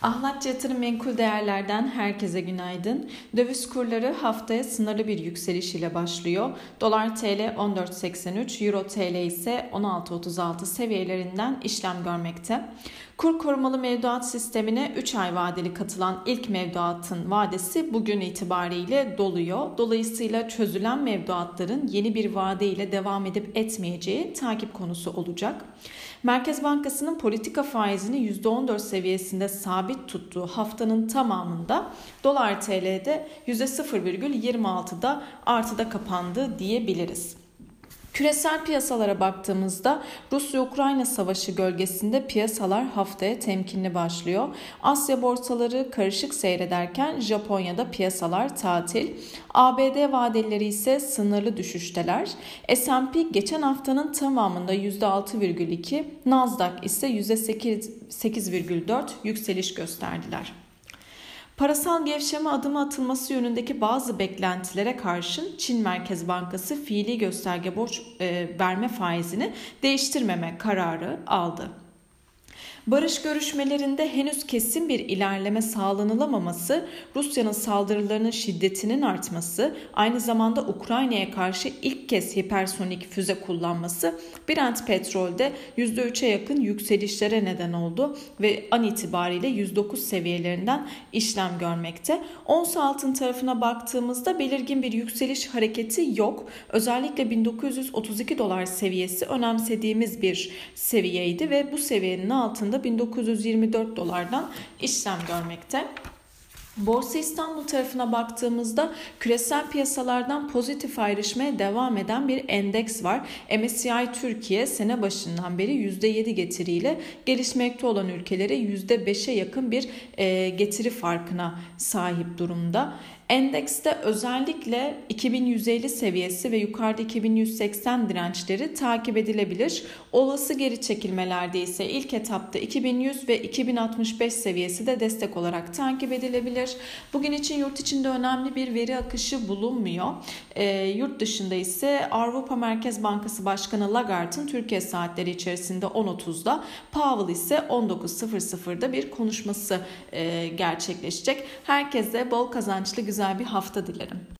Ahlatçı Yatırım Menkul Değerler'den herkese günaydın. Döviz kurları haftaya sınırlı bir yükseliş ile başlıyor. Dolar TL 14.83, Euro TL ise 16.36 seviyelerinden işlem görmekte. Kur korumalı mevduat sistemine 3 ay vadeli katılan ilk mevduatın vadesi bugün itibariyle doluyor. Dolayısıyla çözülen mevduatların yeni bir vade ile devam edip etmeyeceği takip konusu olacak. Merkez Bankası'nın politika faizini %14 seviyesinde sabit tuttuğu haftanın tamamında dolar TL'de %0,26'da artıda kapandı diyebiliriz. Küresel piyasalara baktığımızda Rusya-Ukrayna savaşı gölgesinde piyasalar haftaya temkinli başlıyor. Asya borsaları karışık seyrederken Japonya'da piyasalar tatil. ABD vadeleri ise sınırlı düşüşteler. S&P geçen haftanın tamamında %6,2, Nasdaq ise %8,4 yükseliş gösterdiler. Parasal gevşeme adımı atılması yönündeki bazı beklentilere karşın Çin Merkez Bankası fiili gösterge borç verme faizini değiştirmeme kararı aldı. Barış görüşmelerinde henüz kesin bir ilerleme sağlanılamaması, Rusya'nın saldırılarının şiddetinin artması, aynı zamanda Ukrayna'ya karşı ilk kez hipersonik füze kullanması Brent petrolde %3'e yakın yükselişlere neden oldu ve an itibariyle 109 seviyelerinden işlem görmekte. Ons altın tarafına baktığımızda belirgin bir yükseliş hareketi yok. Özellikle 1932 dolar seviyesi önemsediğimiz bir seviyeydi ve bu seviyenin altında 1924 dolardan işlem görmekte. Borsa İstanbul tarafına baktığımızda küresel piyasalardan pozitif ayrışmaya devam eden bir endeks var. MSCI Türkiye sene başından beri %7 getiriyle gelişmekte olan ülkelere %5'e yakın bir getiri farkına sahip durumda. Endekste özellikle 2150 seviyesi ve yukarıda 2180 dirençleri takip edilebilir. Olası geri çekilmelerde ise ilk etapta 2100 ve 2065 seviyesi de destek olarak takip edilebilir. Bugün için yurt içinde önemli bir veri akışı bulunmuyor. Yurt dışında ise Avrupa Merkez Bankası Başkanı Lagarde'ın Türkiye saatleri içerisinde 10.30'da, Powell ise 19.00'da bir konuşması gerçekleşecek. Herkese bol kazançlı güzel bir hafta dilerim.